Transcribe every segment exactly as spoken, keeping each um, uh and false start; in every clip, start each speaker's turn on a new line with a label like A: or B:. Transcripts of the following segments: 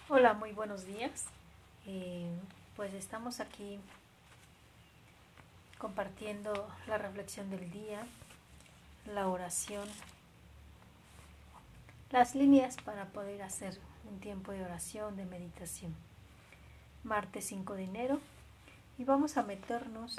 A: Hola, muy buenos días. Eh, pues estamos aquí compartiendo la reflexión del día, la oración, las líneas para poder hacer un tiempo de oración, de meditación. Martes cinco de enero y vamos a meternos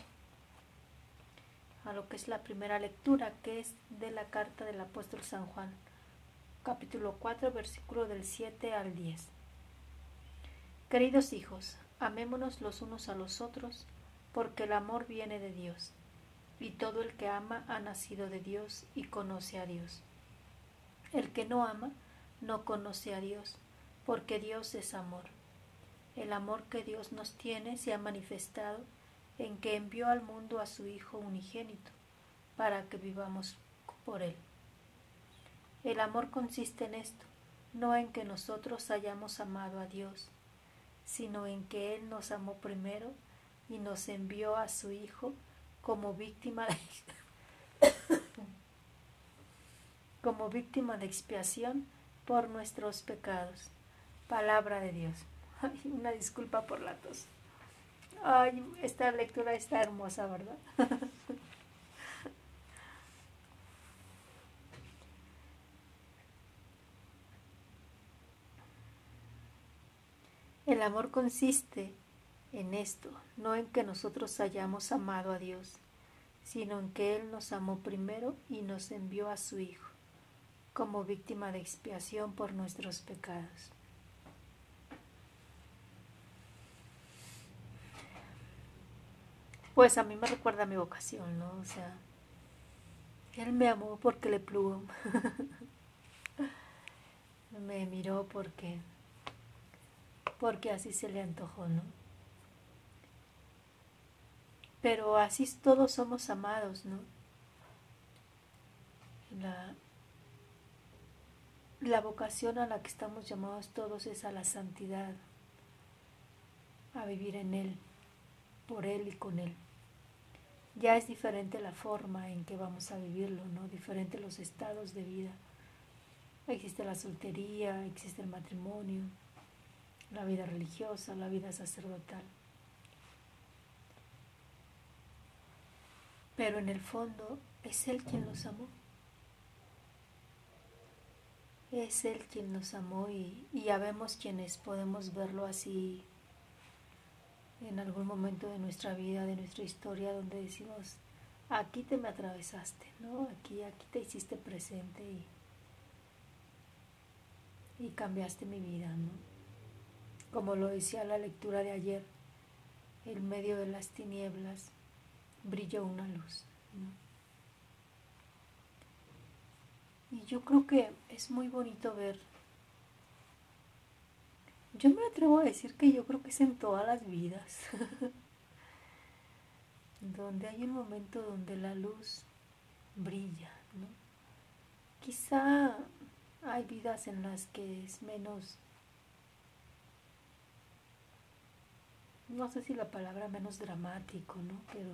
A: a lo que es la primera lectura, que es de la carta del apóstol San Juan, capítulo cuatro, versículo del siete al diez. Queridos hijos, amémonos los unos a los otros, porque el amor viene de Dios, y todo el que ama ha nacido de Dios y conoce a Dios. El que no ama no conoce a Dios, porque Dios es amor. El amor que Dios nos tiene se ha manifestado en que envió al mundo a su Hijo unigénito, para que vivamos por Él. El amor consiste en esto, no en que nosotros hayamos amado a Dios, sino en que Él nos amó primero y nos envió a su Hijo como víctima de, como víctima de expiación por nuestros pecados. Palabra de Dios. Ay, una disculpa por la tos. Ay, esta lectura está hermosa, ¿verdad? El amor consiste en esto, no en que nosotros hayamos amado a Dios, sino en que Él nos amó primero y nos envió a su Hijo como víctima de expiación por nuestros pecados. Pues a mí me recuerda a mi vocación, ¿no? O sea, Él me amó porque le plugo. Me miró porque, porque así se le antojó, ¿no? Pero así todos somos amados, ¿no? La, la vocación a la que estamos llamados todos es a la santidad, a vivir en Él, por Él y con Él. Ya es diferente la forma en que vamos a vivirlo, ¿no? Diferente los estados de vida. Existe la soltería, existe el matrimonio, la vida religiosa, la vida sacerdotal. Pero en el fondo es Él quien nos amó. Es Él quien nos amó y, y habemos quienes podemos verlo así en algún momento de nuestra vida, de nuestra historia, donde decimos, aquí te me atravesaste, ¿no? Aquí, aquí te hiciste presente y, y cambiaste mi vida, ¿no? Como lo decía la lectura de ayer, en medio de las tinieblas brilló una luz, ¿no? Y yo creo que es muy bonito ver. Yo me atrevo a decir que yo creo que es en todas las vidas, donde hay un momento donde la luz brilla, ¿no? Quizá hay vidas en las que es menos, no sé si la palabra menos dramático, ¿no? Pero,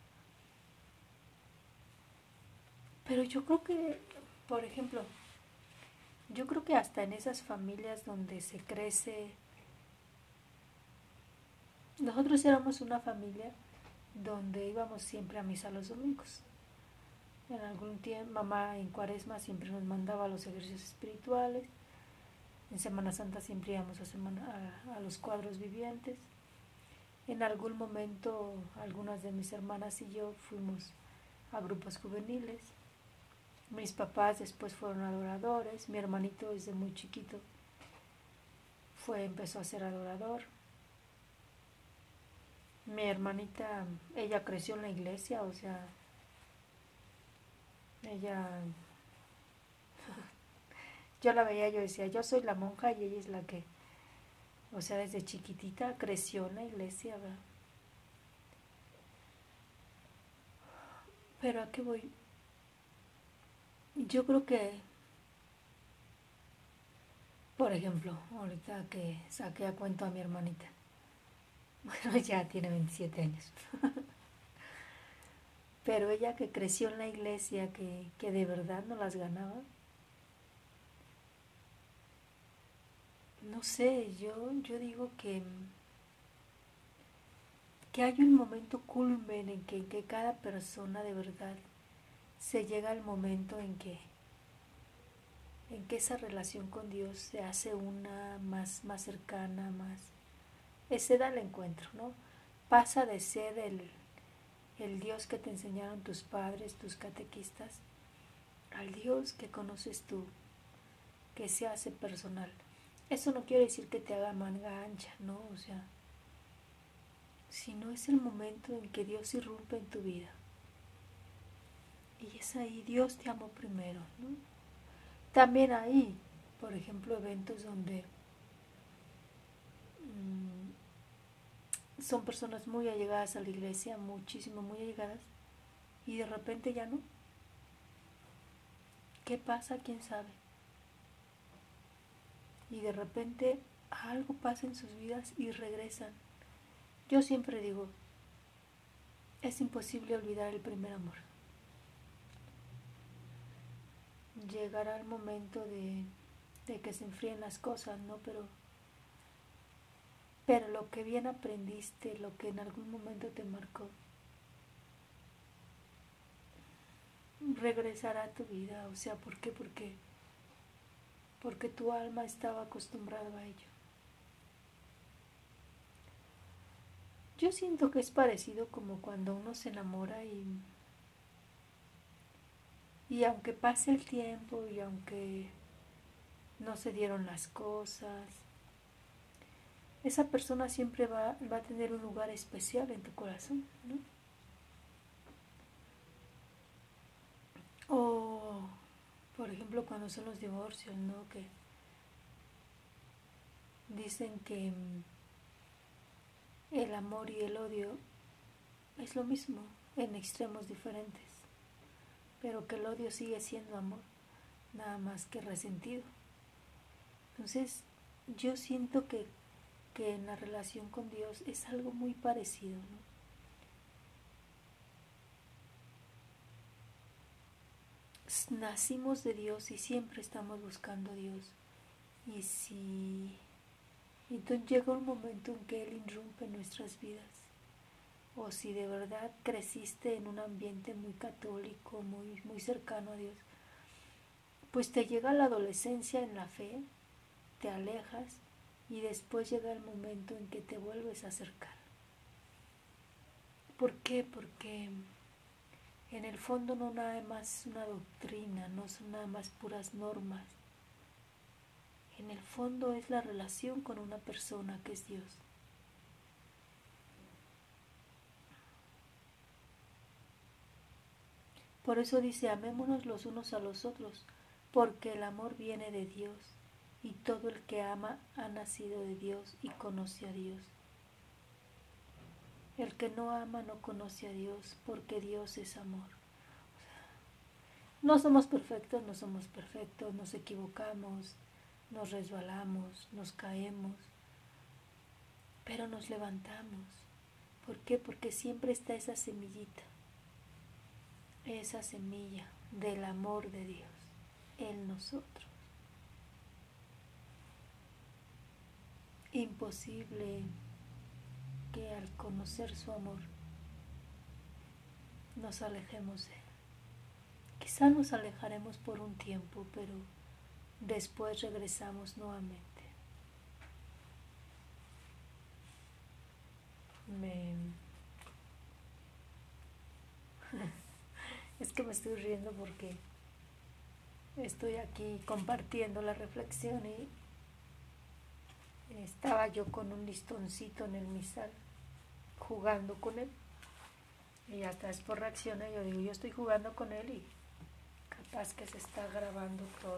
A: pero yo creo que, por ejemplo, yo creo que hasta en esas familias donde se crece, nosotros éramos una familia donde íbamos siempre a misa los domingos. En algún tiempo, mamá en Cuaresma siempre nos mandaba a los ejercicios espirituales. En Semana Santa siempre íbamos a, semana, a, a los cuadros vivientes. En algún momento, algunas de mis hermanas y yo fuimos a grupos juveniles. Mis papás después fueron adoradores. Mi hermanito desde muy chiquito fue, empezó a ser adorador. Mi hermanita, ella creció en la iglesia, o sea, ella, yo la veía, yo decía, yo soy la monja y ella es la que, o sea, desde chiquitita creció en la iglesia, ¿verdad? Pero ¿a qué voy? Yo creo que, por ejemplo, ahorita que saqué a cuento a mi hermanita, bueno, ya tiene veintisiete años, pero ella que creció en la iglesia, que, que de verdad no las ganaba, no sé, yo, yo digo que, que hay un momento culmen en que, en que cada persona de verdad se llega al momento en que, en que esa relación con Dios se hace una más, más cercana, más, se da el encuentro, ¿no? Pasa de ser el, el Dios que te enseñaron tus padres, tus catequistas, al Dios que conoces tú, que se hace personal. Eso no quiere decir que te haga manga ancha, ¿no? O sea, sino es el momento en que Dios irrumpe en tu vida. Y es ahí, Dios te amó primero, ¿no? También hay, por ejemplo, eventos donde mmm, son personas muy allegadas a la iglesia, muchísimo, muy allegadas, y de repente ya no. ¿Qué pasa? ¿Quién sabe? Y de repente algo pasa en sus vidas y regresan. Yo siempre digo, es imposible olvidar el primer amor. Llegará el momento de, de que se enfríen las cosas, ¿no? Pero, pero lo que bien aprendiste, lo que en algún momento te marcó, regresará a tu vida. O sea, ¿por qué? Porque, porque tu alma estaba acostumbrada a ello. Yo siento que es parecido como cuando uno se enamora y, y aunque pase el tiempo y aunque no se dieron las cosas, esa persona siempre va, va a tener un lugar especial en tu corazón, ¿no? O, por ejemplo, cuando son los divorcios, ¿no? Que dicen que el amor y el odio es lo mismo en extremos diferentes, pero que el odio sigue siendo amor, nada más que resentido. Entonces, yo siento que, que en la relación con Dios es algo muy parecido, ¿no? Nacimos de Dios y siempre estamos buscando a Dios. Y si entonces llega un momento en que Él irrumpe en nuestras vidas, o si de verdad creciste en un ambiente muy católico, muy, muy cercano a Dios, pues te llega la adolescencia en la fe, te alejas y después llega el momento en que te vuelves a acercar. ¿Por qué? Porque en el fondo no nada más una doctrina, no son nada más puras normas. En el fondo es la relación con una persona que es Dios. Por eso dice, amémonos los unos a los otros, porque el amor viene de Dios, y todo el que ama ha nacido de Dios y conoce a Dios. El que no ama no conoce a Dios, porque Dios es amor. No somos perfectos, no somos perfectos, nos equivocamos, nos resbalamos, nos caemos, pero nos levantamos. ¿Por qué? Porque siempre está esa semillita, esa semilla del amor de Dios en nosotros. Imposible que al conocer su amor nos alejemos de él. Quizá nos alejaremos por un tiempo, pero después regresamos nuevamente. Me... es que me estoy riendo porque estoy aquí compartiendo la reflexión y estaba yo con un listoncito en el misal jugando con él y hasta después reacciona y yo digo, yo estoy jugando con él y capaz que se está grabando todo.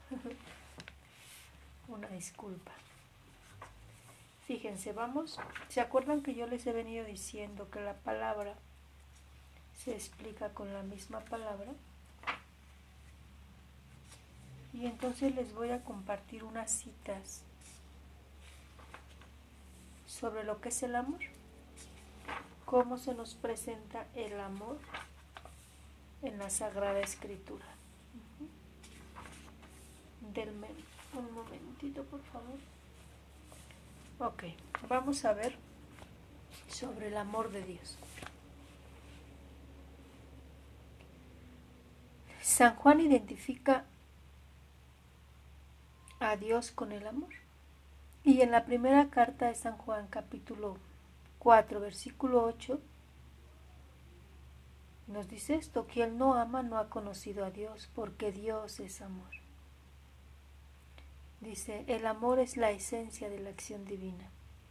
A: Una disculpa. Fíjense, vamos, ¿se acuerdan que yo les he venido diciendo que la palabra se explica con la misma palabra? Y entonces les voy a compartir unas citas sobre lo que es el amor, cómo se nos presenta el amor en la Sagrada Escritura. Uh-huh. Denme un momentito, por favor. Ok, vamos a ver sobre el amor de Dios. San Juan identifica a Dios con el amor. Y en la primera carta de San Juan, capítulo cuatro, versículo ocho, nos dice esto: quien no ama no ha conocido a Dios, porque Dios es amor. Dice, el amor es la esencia de la acción divina.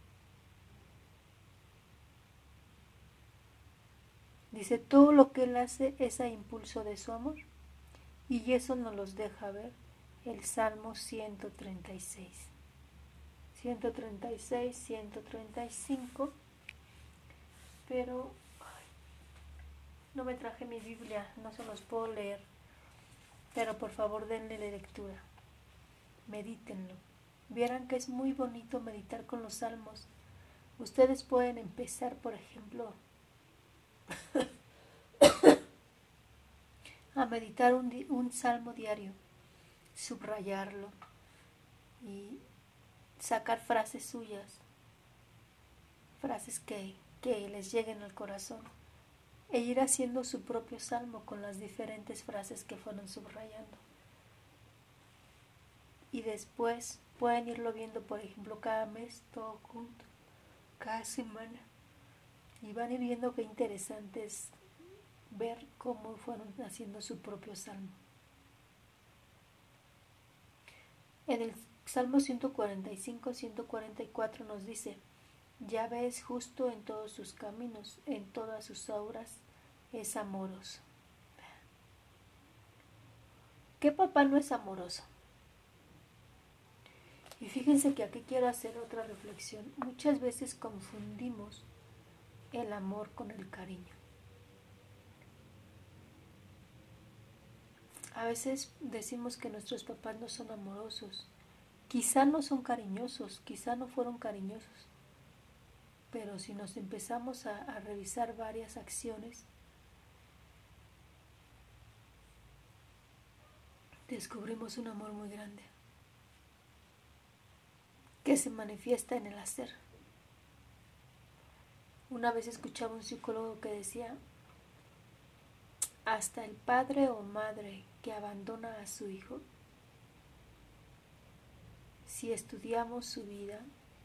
A: Dice, todo lo que Él hace es a impulso de su amor. Y eso nos los deja ver el Salmo ciento treinta y seis. ciento treinta y seis, ciento treinta y cinco. Pero ay, no me traje mi Biblia, no se los puedo leer. Pero por favor denle lectura. Medítenlo. Vieran que es muy bonito meditar con los salmos. Ustedes pueden empezar, por ejemplo, a meditar un, un salmo diario, subrayarlo y sacar frases suyas, frases que, que les lleguen al corazón, e ir haciendo su propio salmo con las diferentes frases que fueron subrayando. Y después pueden irlo viendo, por ejemplo, cada mes, todo junto, cada semana. Y van a ir viendo qué interesante es ver cómo fueron haciendo su propio salmo. En el Salmo ciento cuarenta y cinco, ciento cuarenta y cuatro nos dice: Yahvé es justo en todos sus caminos, en todas sus obras es amoroso. ¿Qué papá no es amoroso? Y fíjense que aquí quiero hacer otra reflexión. Muchas veces confundimos el amor con el cariño. A veces decimos que nuestros papás no son amorosos. Quizá no son cariñosos, quizá no fueron cariñosos. Pero si nos empezamos a, a revisar varias acciones, descubrimos un amor muy grande que se manifiesta en el hacer. Una vez escuchaba un psicólogo que decía: hasta el padre o madre que abandona a su hijo, si estudiamos su vida,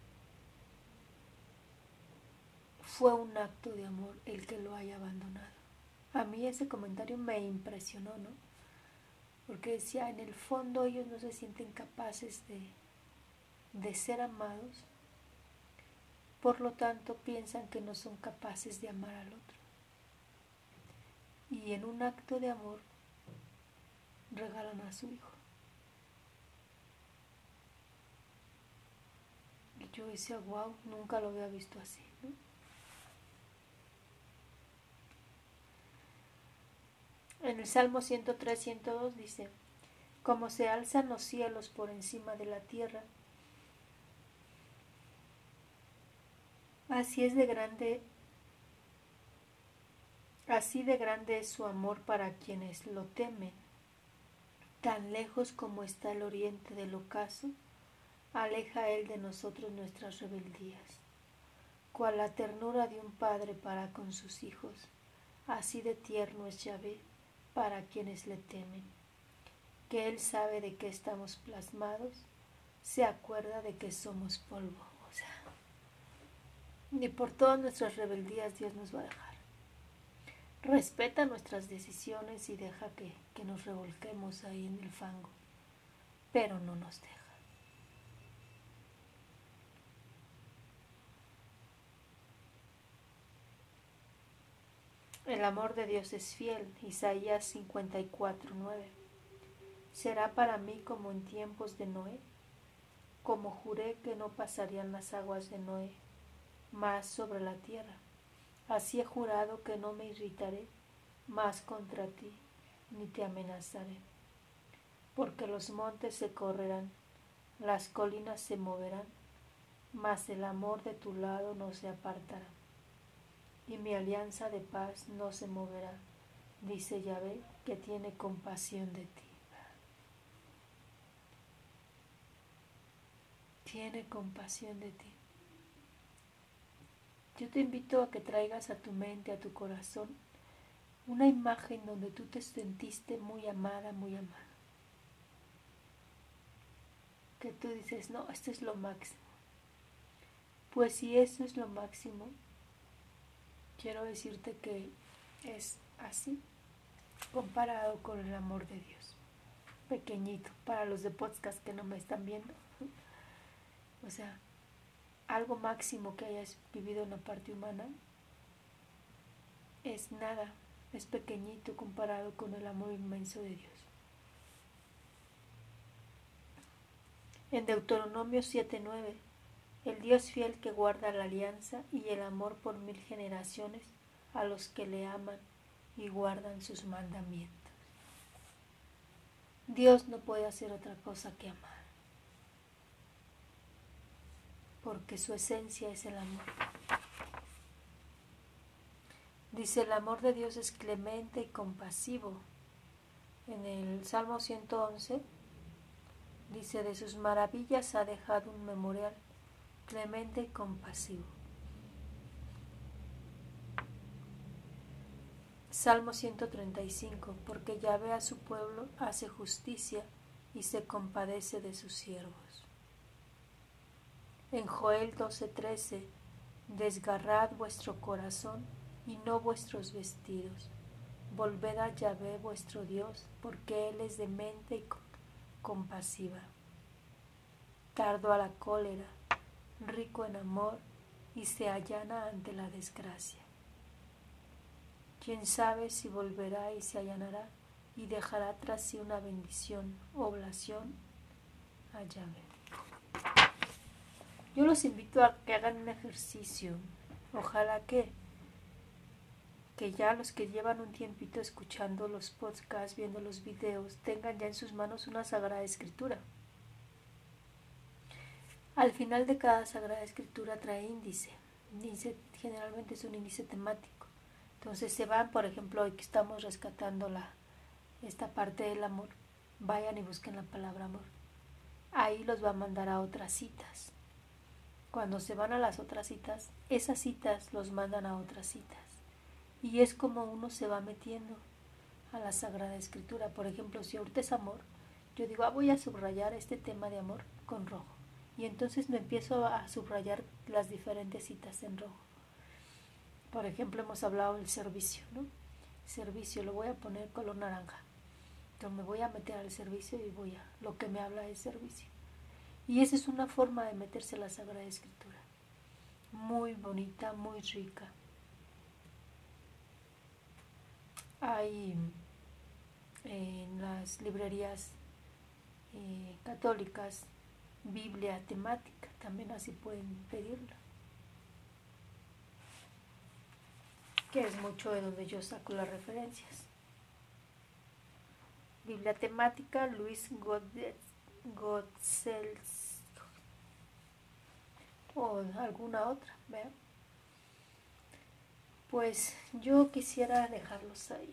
A: fue un acto de amor el que lo haya abandonado. A mí ese comentario me impresionó, ¿no? Porque decía, en el fondo ellos no se sienten capaces de, de ser amados, por lo tanto piensan que no son capaces de amar al otro. Y en un acto de amor regalan a su hijo. Y yo decía, wow, nunca lo había visto así, ¿no? En el Salmo ciento tres, ciento dos dice: como se alzan los cielos por encima de la tierra, así es de grande, así de grande es su amor para quienes lo temen. Tan lejos como está el oriente del ocaso, aleja él de nosotros nuestras rebeldías. Cual la ternura de un padre para con sus hijos, así de tierno es Yahvé para quienes le temen. Que él sabe de qué estamos plasmados, se acuerda de que somos polvo. O sea, ni por todas nuestras rebeldías Dios nos va a dejar. Respeta nuestras decisiones y deja que, que nos revolquemos ahí en el fango, pero no nos deja. El amor de Dios es fiel. Isaías cincuenta y cuatro, nueve. Será para mí como en tiempos de Noé, como juré que no pasarían las aguas de Noé más sobre la tierra. Así he jurado que no me irritaré más contra ti, ni te amenazaré. Porque los montes se correrán, las colinas se moverán, mas el amor de tu lado no se apartará, y mi alianza de paz no se moverá, dice Yahvé, que tiene compasión de ti. Tiene compasión de ti. Yo te invito a que traigas a tu mente, a tu corazón, una imagen donde tú te sentiste muy amada, muy amada. Que tú dices, no, esto es lo máximo. Pues si eso es lo máximo, quiero decirte que es así, comparado con el amor de Dios. Pequeñito, para los de podcast que no me están viendo. O sea, algo máximo que hayas vivido en la parte humana es nada, es pequeñito comparado con el amor inmenso de Dios. En Deuteronomio siete nueve, el Dios fiel que guarda la alianza y el amor por mil generaciones a los que le aman y guardan sus mandamientos. Dios no puede hacer otra cosa que amar, porque su esencia es el amor. Dice, el amor de Dios es clemente y compasivo. En el Salmo ciento once dice, de sus maravillas ha dejado un memorial, clemente y compasivo. Salmo ciento treinta y cinco, porque Yahvé a su pueblo hace justicia y se compadece de sus siervos. En Joel doce trece, desgarrad vuestro corazón y no vuestros vestidos. Volved a Yahvé vuestro Dios, porque Él es de mente y compasiva, tardo a la cólera, rico en amor, y se allana ante la desgracia. Quién sabe si volverá y se allanará, y dejará tras sí una bendición, oblación a Yahvé. Yo los invito a que hagan un ejercicio. Ojalá que que ya los que llevan un tiempito escuchando los podcasts, viendo los videos, tengan ya en sus manos una Sagrada Escritura. Al final de cada Sagrada Escritura trae índice. Índice generalmente es un índice temático. Entonces se van, por ejemplo, hoy que estamos rescatando la, esta parte del amor, vayan y busquen la palabra amor. Ahí los va a mandar a otras citas. Cuando se van a las otras citas, esas citas los mandan a otras citas. Y es como uno se va metiendo a la Sagrada Escritura. Por ejemplo, si ahorita es amor, yo digo, ah, voy a subrayar este tema de amor con rojo. Y entonces me empiezo a subrayar las diferentes citas en rojo. Por ejemplo, hemos hablado del servicio, ¿no? Servicio, lo voy a poner color naranja. Entonces me voy a meter al servicio y voy a, lo que me habla es servicio. Y esa es una forma de meterse a la Sagrada Escritura. Muy bonita, muy rica. Hay eh, en las librerías eh, católicas Biblia temática, también así pueden pedirla, que es mucho de donde yo saco las referencias. Biblia temática, Luis Godsels o alguna otra, ¿vean? Pues yo quisiera dejarlos ahí.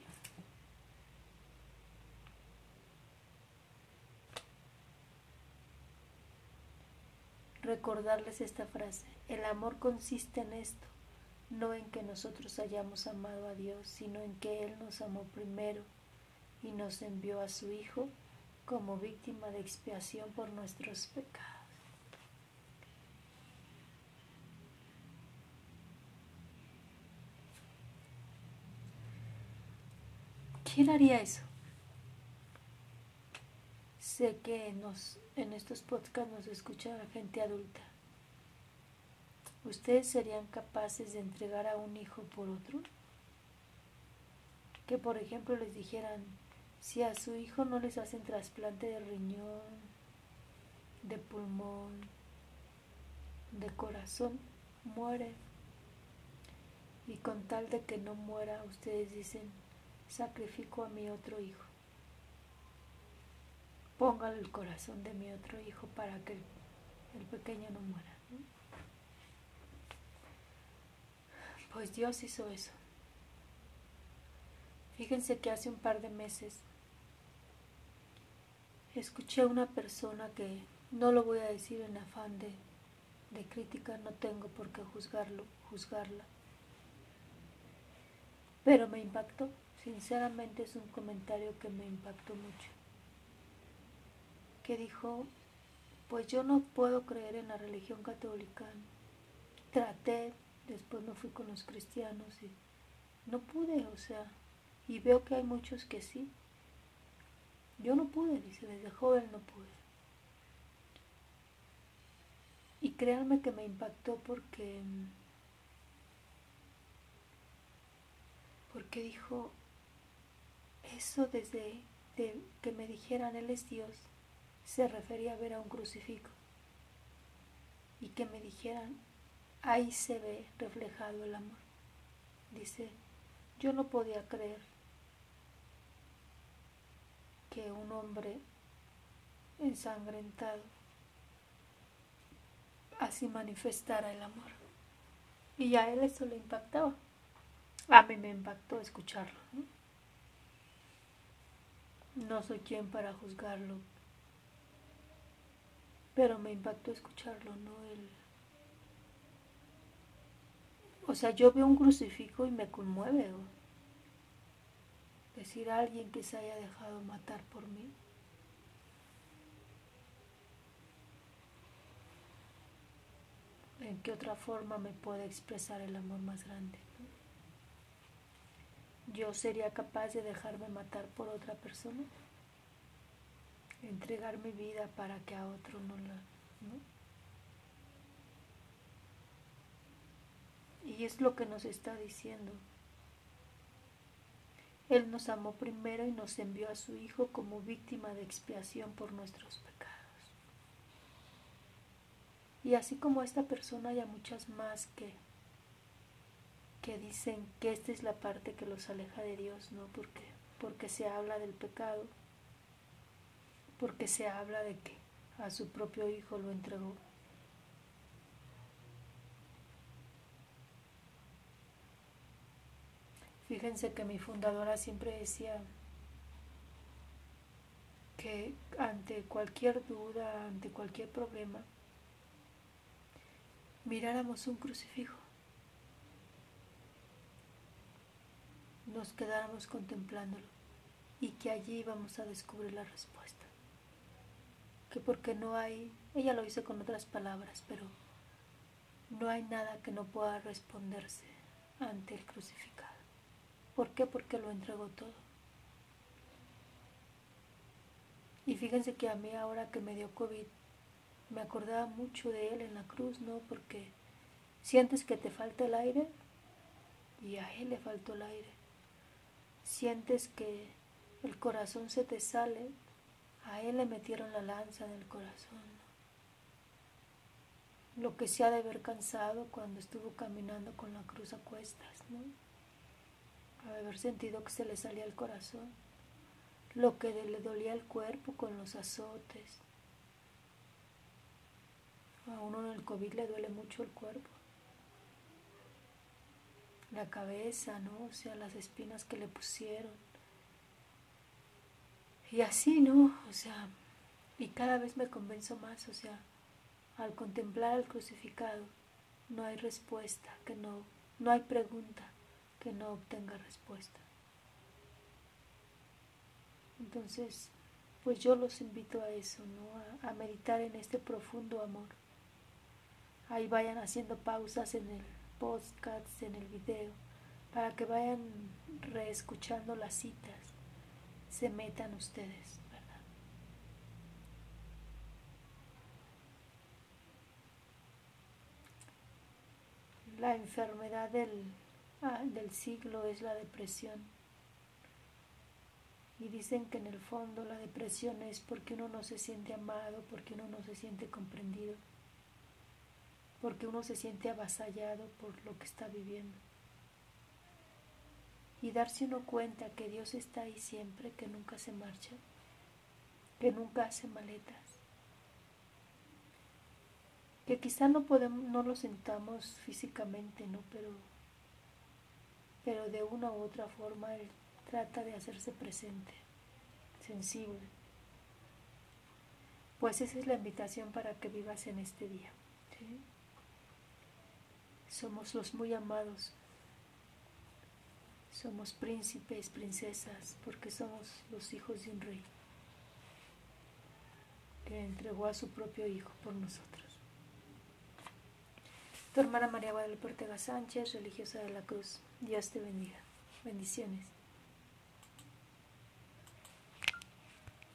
A: Recordarles esta frase: el amor consiste en esto, no en que nosotros hayamos amado a Dios, sino en que Él nos amó primero y nos envió a su Hijo como víctima de expiación por nuestros pecados. ¿Quién haría eso? Sé que nos, en estos podcasts nos escucha gente adulta. ¿Ustedes serían capaces de entregar a un hijo por otro? Que por ejemplo les dijeran, si a su hijo no les hacen trasplante de riñón, de pulmón, de corazón, muere. Y con tal de que no muera, ustedes dicen, sacrifico a mi otro hijo. Póngale el corazón de mi otro hijo para que el, el pequeño no muera, ¿no? Pues Dios hizo eso. Fíjense que hace un par de meses escuché a una persona que, no lo voy a decir en afán de, de crítica no tengo por qué juzgarlo, juzgarla. Pero me impactó, sinceramente es un comentario que me impactó mucho. Que dijo, pues yo no puedo creer en la religión católica. Traté, después me fui con los cristianos y no pude, o sea, y veo que hay muchos que sí. Yo no pude, dice, desde joven no pude. Y créanme que me impactó porque, porque dijo, eso desde de que me dijeran Él es Dios, se refería a ver a un crucifijo. Y que me dijeran, ahí se ve reflejado el amor. Dice, yo no podía creer que un hombre ensangrentado así manifestara el amor. Y a él eso le impactaba. A mí me impactó escucharlo, ¿no? No soy quien para juzgarlo, pero me impactó escucharlo, ¿no? El... O sea, yo veo un crucifijo y me conmueve, ¿no? Decir a alguien que se haya dejado matar por mí. ¿En qué otra forma me puede expresar el amor más grande, ¿no? ¿Yo sería capaz de dejarme matar por otra persona? Entregar mi vida para que a otro no la... ¿no? Y es lo que nos está diciendo. Él nos amó primero y nos envió a su Hijo como víctima de expiación por nuestros pecados. Y así como esta persona hay muchas más que, que dicen que esta es la parte que los aleja de Dios, ¿no? Porque, porque se habla del pecado, porque se habla de que a su propio Hijo lo entregó. Fíjense que mi fundadora siempre decía que ante cualquier duda, ante cualquier problema, miráramos un crucifijo, nos quedáramos contemplándolo y que allí íbamos a descubrir la respuesta. Que porque no hay, ella lo dice con otras palabras, pero no hay nada que no pueda responderse ante el crucificado. ¿Por qué? Porque lo entregó todo. Y fíjense que a mí ahora que me dio COVID, me acordaba mucho de él en la cruz, ¿no? Porque sientes que te falta el aire y a él le faltó el aire. Sientes que el corazón se te sale, a él le metieron la lanza en el corazón. Lo que se ha de haber cansado cuando estuvo caminando con la cruz a cuestas, ¿no? A haber sentido que se le salía el corazón, lo que le dolía el cuerpo con los azotes. A uno en el COVID le duele mucho el cuerpo, la cabeza, ¿no? O sea, las espinas que le pusieron. Y así, ¿no? O sea, y cada vez me convenzo más, o sea, al contemplar al crucificado, no hay respuesta, que no, no hay pregunta que no obtenga respuesta. Entonces, pues yo los invito a eso, ¿no? A, a meditar en este profundo amor. Ahí vayan haciendo pausas en el podcast, en el video, para que vayan reescuchando las citas, se metan ustedes, ¿verdad? La enfermedad del, ah, del siglo es la depresión. Y dicen que en el fondo la depresión es porque uno no se siente amado, porque uno no se siente comprendido, porque uno se siente avasallado por lo que está viviendo. Y darse uno cuenta que Dios está ahí siempre, que nunca se marcha, que nunca hace maletas, que quizá no podemos, no lo sentamos físicamente, ¿no? Pero, pero de una u otra forma Él trata de hacerse presente, sensible. Pues esa es la invitación para que vivas en este día, ¿sí? Somos los muy amados. Somos príncipes, princesas, porque somos los hijos de un rey que entregó a su propio hijo por nosotros. Tu hermana María Guadalupe Ortega Sánchez, religiosa de la Cruz. Dios te bendiga. Bendiciones.